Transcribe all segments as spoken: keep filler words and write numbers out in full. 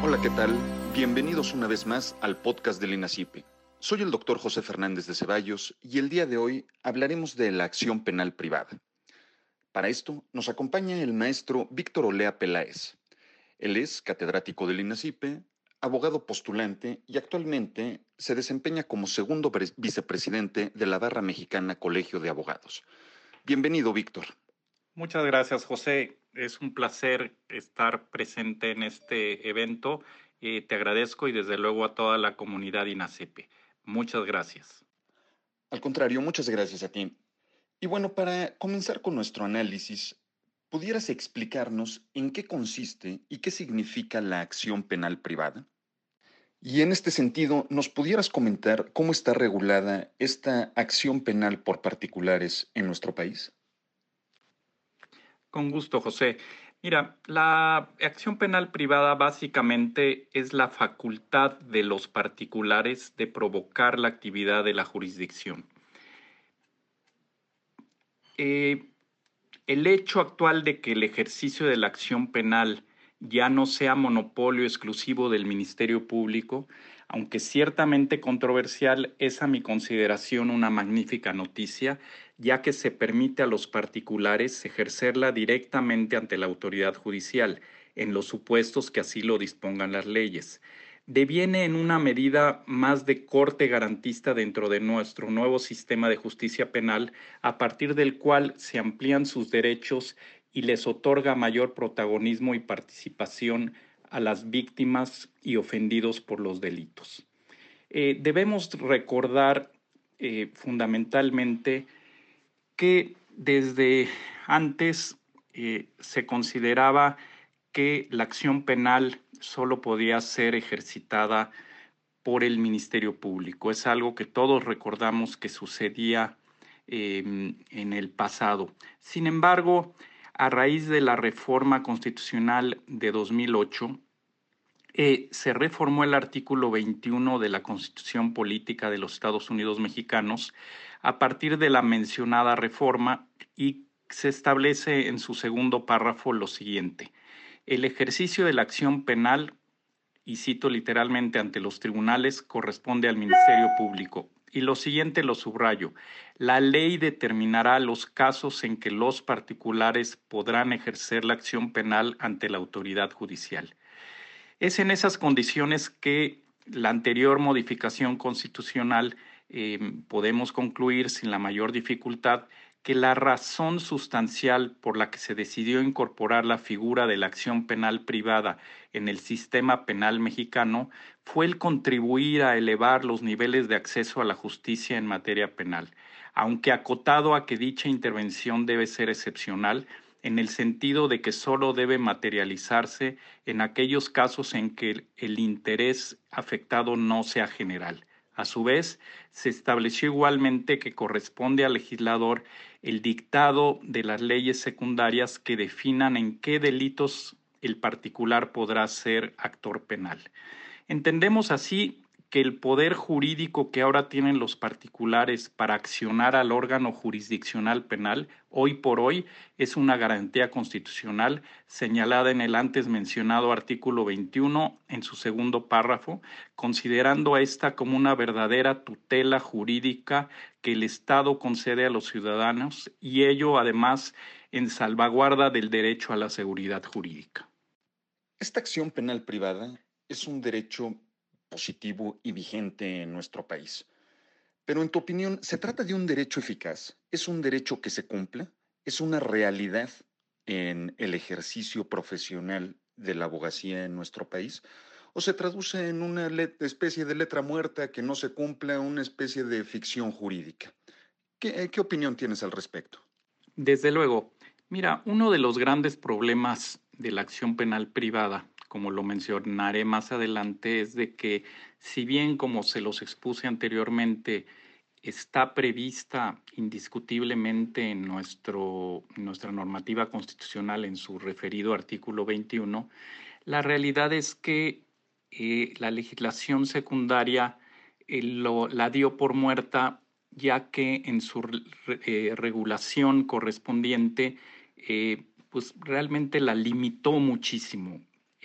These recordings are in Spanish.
Hola, ¿qué tal? Bienvenidos una vez más al podcast del INACIPE. Soy el doctor José Fernández de Ceballos y el día de hoy hablaremos de la acción penal privada. Para esto nos acompaña el maestro Víctor Olea Peláez. Él es catedrático del INACIPE, abogado postulante y actualmente se desempeña como segundo vicepresidente de la Barra Mexicana Colegio de Abogados. Bienvenido, Víctor. Muchas gracias, José. Es un placer estar presente en este evento. Eh, te agradezco y desde luego a toda la comunidad INACIPE. Muchas gracias. Al contrario, muchas gracias a ti. Y bueno, para comenzar con nuestro análisis, ¿pudieras explicarnos en qué consiste y qué significa la acción penal privada? Y en este sentido, ¿nos pudieras comentar cómo está regulada esta acción penal por particulares en nuestro país? Con gusto, José. Mira, la acción penal privada básicamente es la facultad de los particulares de provocar la actividad de la jurisdicción. Eh, el hecho actual de que el ejercicio de la acción penal ya no sea monopolio exclusivo del Ministerio Público, aunque ciertamente controversial, es a mi consideración una magnífica noticia, ya que se permite a los particulares ejercerla directamente ante la autoridad judicial, en los supuestos que así lo dispongan las leyes. Deviene en una medida más de corte garantista dentro de nuestro nuevo sistema de justicia penal, a partir del cual se amplían sus derechos y les otorga mayor protagonismo y participación a las víctimas y ofendidos por los delitos. Eh, debemos recordar eh, fundamentalmente que desde antes eh, se consideraba que la acción penal solo podía ser ejercitada por el Ministerio Público. Es algo que todos recordamos que sucedía eh, en el pasado. Sin embargo, a raíz de la reforma constitucional de dos mil ocho, eh, se reformó el artículo veintiuno de la Constitución Política de los Estados Unidos Mexicanos a partir de la mencionada reforma y se establece en su segundo párrafo lo siguiente: el ejercicio de la acción penal, y cito literalmente, ante los tribunales corresponde al Ministerio Público. Y lo siguiente lo subrayo: la ley determinará los casos en que los particulares podrán ejercer la acción penal ante la autoridad judicial. Es en esas condiciones que la anterior modificación constitucional eh, podemos concluir sin la mayor dificultad que la razón sustancial por la que se decidió incorporar la figura de la acción penal privada en el sistema penal mexicano fue el contribuir a elevar los niveles de acceso a la justicia en materia penal, aunque acotado a que dicha intervención debe ser excepcional, en el sentido de que solo debe materializarse en aquellos casos en que el interés afectado no sea general. A su vez, se estableció igualmente que corresponde al legislador el dictado de las leyes secundarias que definan en qué delitos el particular podrá ser actor penal. Entendemos así que el poder jurídico que ahora tienen los particulares para accionar al órgano jurisdiccional penal, hoy por hoy, es una garantía constitucional señalada en el antes mencionado artículo veintiuno en su segundo párrafo, considerando a esta como una verdadera tutela jurídica que el Estado concede a los ciudadanos, y ello además en salvaguarda del derecho a la seguridad jurídica. Esta acción penal privada es un derecho positivo y vigente en nuestro país. Pero en tu opinión, ¿se trata de un derecho eficaz? ¿Es un derecho que se cumple? ¿Es una realidad en el ejercicio profesional de la abogacía en nuestro país? ¿O se traduce en una especie de letra muerta que no se cumple, una especie de ficción jurídica? ¿Qué, qué opinión tienes al respecto? Desde luego, mira, uno de los grandes problemas de la acción penal privada, como lo mencionaré más adelante, es de que, si bien, como se los expuse anteriormente, está prevista indiscutiblemente en, nuestro, en nuestra normativa constitucional en su referido artículo veintiuno, la realidad es que eh, la legislación secundaria eh, lo, la dio por muerta, ya que en su eh, regulación correspondiente, eh, pues realmente la limitó muchísimo.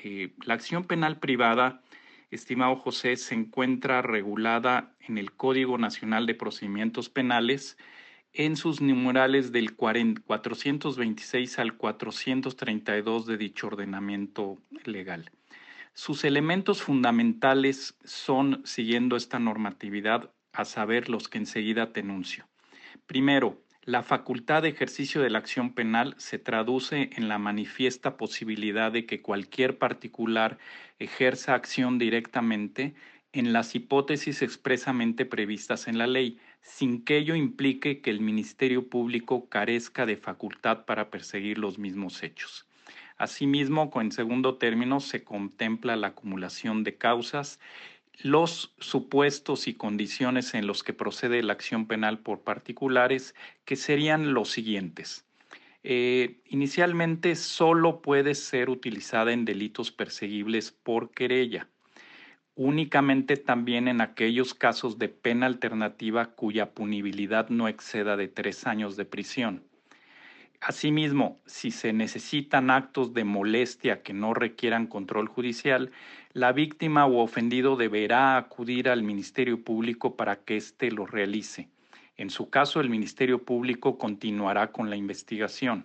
Eh, la acción penal privada, estimado José, se encuentra regulada en el Código Nacional de Procedimientos Penales en sus numerales del cuatrocientos veintiséis al cuatrocientos treinta y dos de dicho ordenamiento legal. Sus elementos fundamentales son, siguiendo esta normatividad, a saber los que enseguida te enuncio. Primero, la facultad de ejercicio de la acción penal se traduce en la manifiesta posibilidad de que cualquier particular ejerza acción directamente en las hipótesis expresamente previstas en la ley, sin que ello implique que el Ministerio Público carezca de facultad para perseguir los mismos hechos. Asimismo, en segundo término, se contempla la acumulación de causas, los supuestos y condiciones en los que procede la acción penal por particulares, que serían los siguientes. Eh, inicialmente, solo puede ser utilizada en delitos perseguibles por querella, únicamente también en aquellos casos de pena alternativa cuya punibilidad no exceda de tres años de prisión. Asimismo, si se necesitan actos de molestia que no requieran control judicial, la víctima o ofendido deberá acudir al Ministerio Público para que éste lo realice. En su caso, el Ministerio Público continuará con la investigación.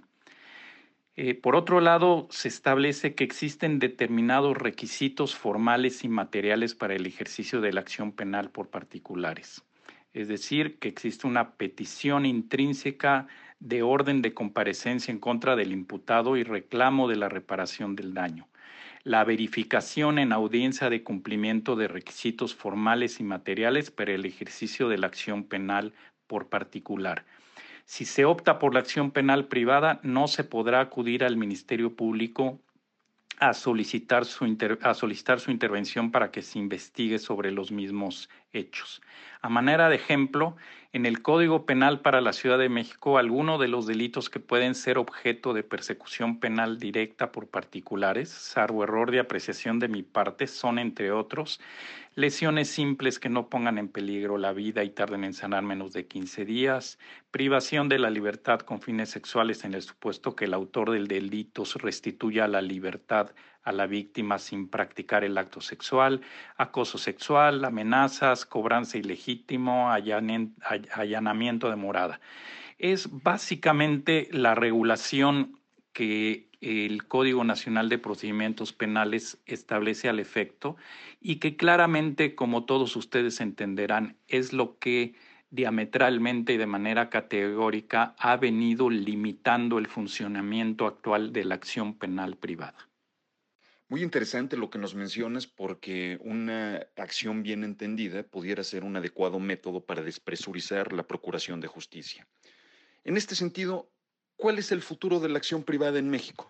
Eh, por otro lado, se establece que existen determinados requisitos formales y materiales para el ejercicio de la acción penal por particulares. Es decir, que existe una petición intrínseca de orden de comparecencia en contra del imputado y reclamo de la reparación del daño. La verificación en audiencia de cumplimiento de requisitos formales y materiales para el ejercicio de la acción penal por particular. Si se opta por la acción penal privada, no se podrá acudir al Ministerio Público a solicitar su, inter, a solicitar su intervención para que se investigue sobre los mismos hechos. A manera de ejemplo, en el Código Penal para la Ciudad de México, algunos de los delitos que pueden ser objeto de persecución penal directa por particulares, salvo error de apreciación de mi parte, son, entre otros, lesiones simples que no pongan en peligro la vida y tarden en sanar menos de quince días, privación de la libertad con fines sexuales en el supuesto que el autor del delito restituya la libertad a la víctima sin practicar el acto sexual, acoso sexual, amenazas, cobranza ilegítimo, allanamiento de morada. Es básicamente la regulación que el Código Nacional de Procedimientos Penales establece al efecto y que claramente, como todos ustedes entenderán, es lo que diametralmente y de manera categórica ha venido limitando el funcionamiento actual de la acción penal privada. Muy interesante lo que nos mencionas porque una acción bien entendida pudiera ser un adecuado método para despresurizar la procuración de justicia. En este sentido, ¿cuál es el futuro de la acción privada en México?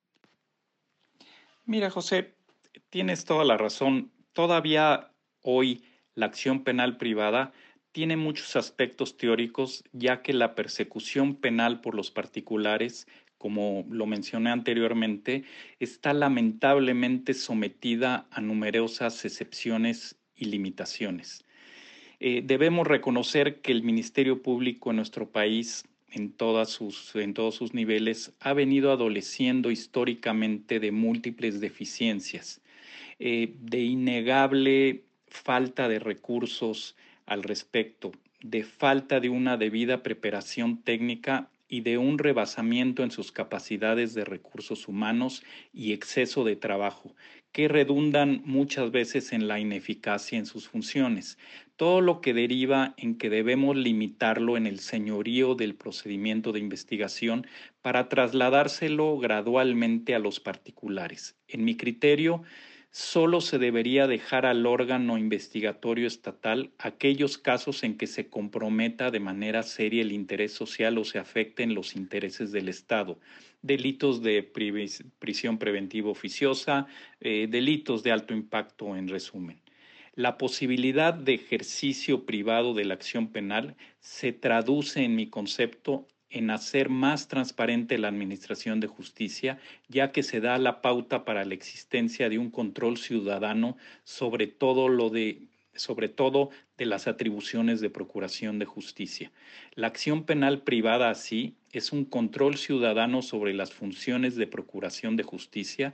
Mira, José, tienes toda la razón. Todavía hoy la acción penal privada tiene muchos aspectos teóricos, ya que la persecución penal por los particulares, como lo mencioné anteriormente, está lamentablemente sometida a numerosas excepciones y limitaciones. Eh, debemos reconocer que el Ministerio Público en nuestro país, en, todas sus, en todos sus niveles, ha venido adoleciendo históricamente de múltiples deficiencias, eh, de innegable falta de recursos al respecto, de falta de una debida preparación técnica y de un rebasamiento en sus capacidades de recursos humanos y exceso de trabajo, que redundan muchas veces en la ineficacia en sus funciones, todo lo que deriva en que debemos limitarlo en el señorío del procedimiento de investigación para trasladárselo gradualmente a los particulares. En mi criterio, solo se debería dejar al órgano investigatorio estatal aquellos casos en que se comprometa de manera seria el interés social o se afecten los intereses del Estado. Delitos de prisión preventiva oficiosa, eh, delitos de alto impacto en resumen. La posibilidad de ejercicio privado de la acción penal se traduce en mi concepto en hacer más transparente la administración de justicia, ya que se da la pauta para la existencia de un control ciudadano sobre todo lo de sobre todo de las atribuciones de procuración de justicia. La acción penal privada así es un control ciudadano sobre las funciones de procuración de justicia,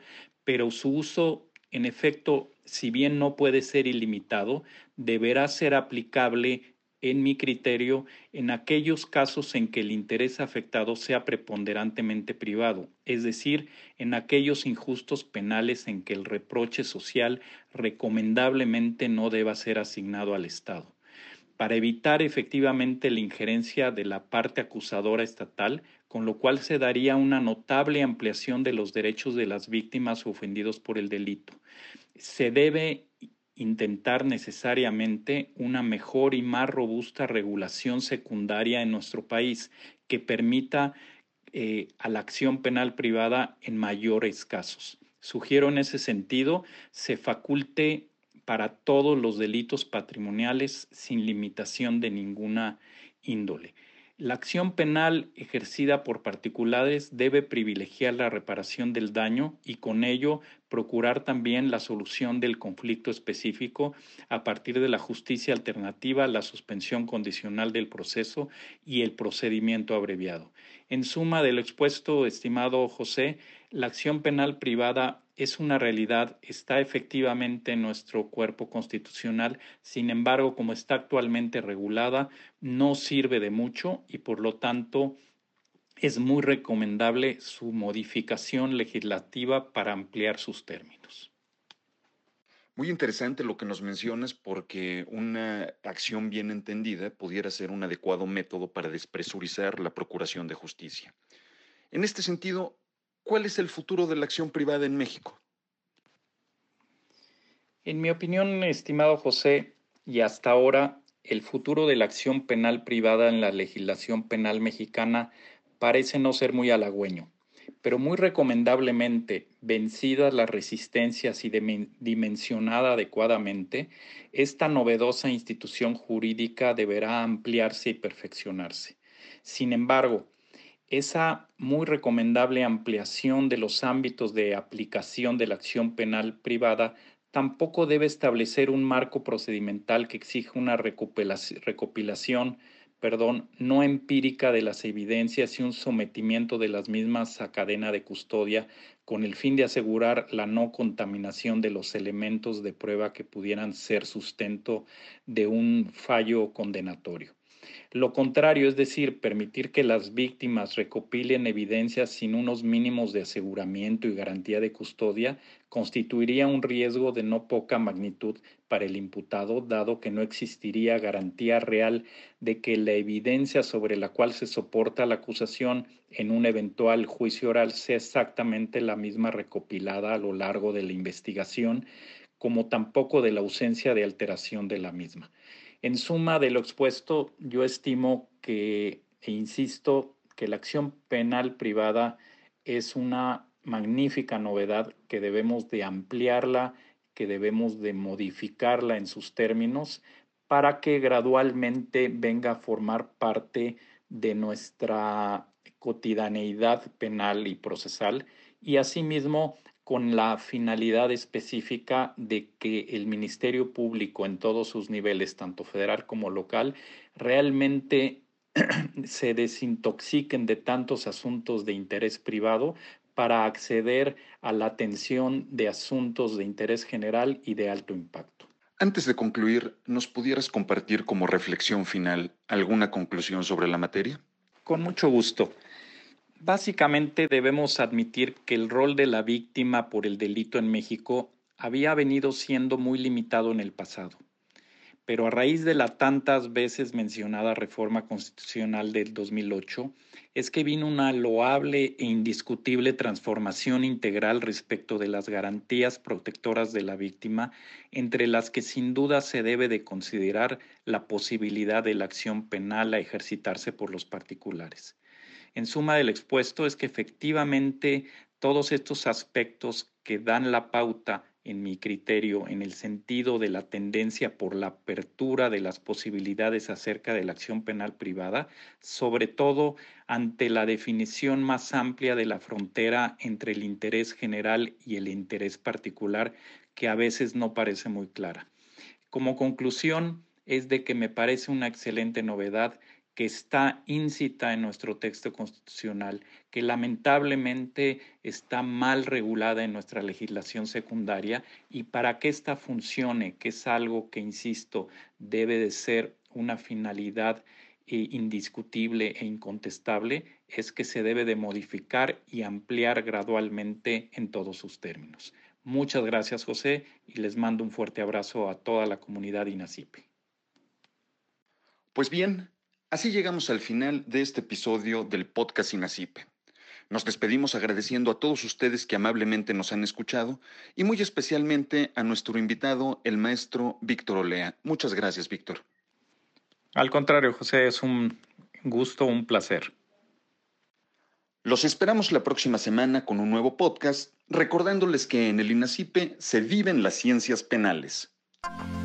pero su uso, en efecto, si bien no puede ser ilimitado, deberá ser aplicable, en mi criterio, en aquellos casos en que el interés afectado sea preponderantemente privado, es decir, en aquellos injustos penales en que el reproche social recomendablemente no deba ser asignado al Estado. Para evitar efectivamente la injerencia de la parte acusadora estatal, con lo cual se daría una notable ampliación de los derechos de las víctimas ofendidos por el delito. Se debe intentar necesariamente una mejor y más robusta regulación secundaria en nuestro país que permita eh, a la acción penal privada en mayores casos. Sugiero en ese sentido se faculte para todos los delitos patrimoniales sin limitación de ninguna índole. La acción penal ejercida por particulares debe privilegiar la reparación del daño y con ello procurar también la solución del conflicto específico a partir de la justicia alternativa, la suspensión condicional del proceso y el procedimiento abreviado. En suma de lo expuesto, estimado José, la acción penal privada es una realidad, está efectivamente en nuestro cuerpo constitucional, sin embargo, como está actualmente regulada, no sirve de mucho y por lo tanto es muy recomendable su modificación legislativa para ampliar sus términos. Muy interesante lo que nos mencionas porque una acción bien entendida pudiera ser un adecuado método para despresurizar la procuración de justicia. En este sentido, ¿cuál es el futuro de la acción privada en México? En mi opinión, estimado José, y hasta ahora, el futuro de la acción penal privada en la legislación penal mexicana parece no ser muy halagüeño, pero muy recomendablemente, vencidas las resistencias y dimensionada adecuadamente, esta novedosa institución jurídica deberá ampliarse y perfeccionarse. Sin embargo, esa muy recomendable ampliación de los ámbitos de aplicación de la acción penal privada tampoco debe establecer un marco procedimental que exija una recopilación, perdón, no empírica de las evidencias y un sometimiento de las mismas a cadena de custodia con el fin de asegurar la no contaminación de los elementos de prueba que pudieran ser sustento de un fallo condenatorio. Lo contrario, es decir, permitir que las víctimas recopilen evidencias sin unos mínimos de aseguramiento y garantía de custodia, constituiría un riesgo de no poca magnitud para el imputado, dado que no existiría garantía real de que la evidencia sobre la cual se soporta la acusación en un eventual juicio oral sea exactamente la misma recopilada a lo largo de la investigación, como tampoco de la ausencia de alteración de la misma. En suma de lo expuesto, yo estimo que, e insisto, que la acción penal privada es una magnífica novedad que debemos de ampliarla, que debemos de modificarla en sus términos para que gradualmente venga a formar parte de nuestra cotidianeidad penal y procesal y asimismo con la finalidad específica de que el Ministerio Público en todos sus niveles, tanto federal como local, realmente se desintoxiquen de tantos asuntos de interés privado para acceder a la atención de asuntos de interés general y de alto impacto. Antes de concluir, ¿nos pudieras compartir como reflexión final alguna conclusión sobre la materia? Con mucho gusto. Básicamente debemos admitir que el rol de la víctima por el delito en México había venido siendo muy limitado en el pasado, pero a raíz de la tantas veces mencionada reforma constitucional del dos mil ocho, es que vino una loable e indiscutible transformación integral respecto de las garantías protectoras de la víctima, entre las que sin duda se debe de considerar la posibilidad de la acción penal a ejercitarse por los particulares. En suma del expuesto es que efectivamente todos estos aspectos que dan la pauta, en mi criterio, en el sentido de la tendencia por la apertura de las posibilidades acerca de la acción penal privada, sobre todo ante la definición más amplia de la frontera entre el interés general y el interés particular, que a veces no parece muy clara. Como conclusión, es de que me parece una excelente novedad que está íncita en nuestro texto constitucional, que lamentablemente está mal regulada en nuestra legislación secundaria, y para que ésta funcione, que es algo que, insisto, debe de ser una finalidad eh, indiscutible e incontestable, es que se debe de modificar y ampliar gradualmente en todos sus términos. Muchas gracias, José, y les mando un fuerte abrazo a toda la comunidad INACYPE. Pues bien, así llegamos al final de este episodio del podcast INACYPE. Nos despedimos agradeciendo a todos ustedes que amablemente nos han escuchado y muy especialmente a nuestro invitado, el maestro Víctor Olea. Muchas gracias, Víctor. Al contrario, José, es un gusto, un placer. Los esperamos la próxima semana con un nuevo podcast, recordándoles que en el INACYPE se viven las ciencias penales.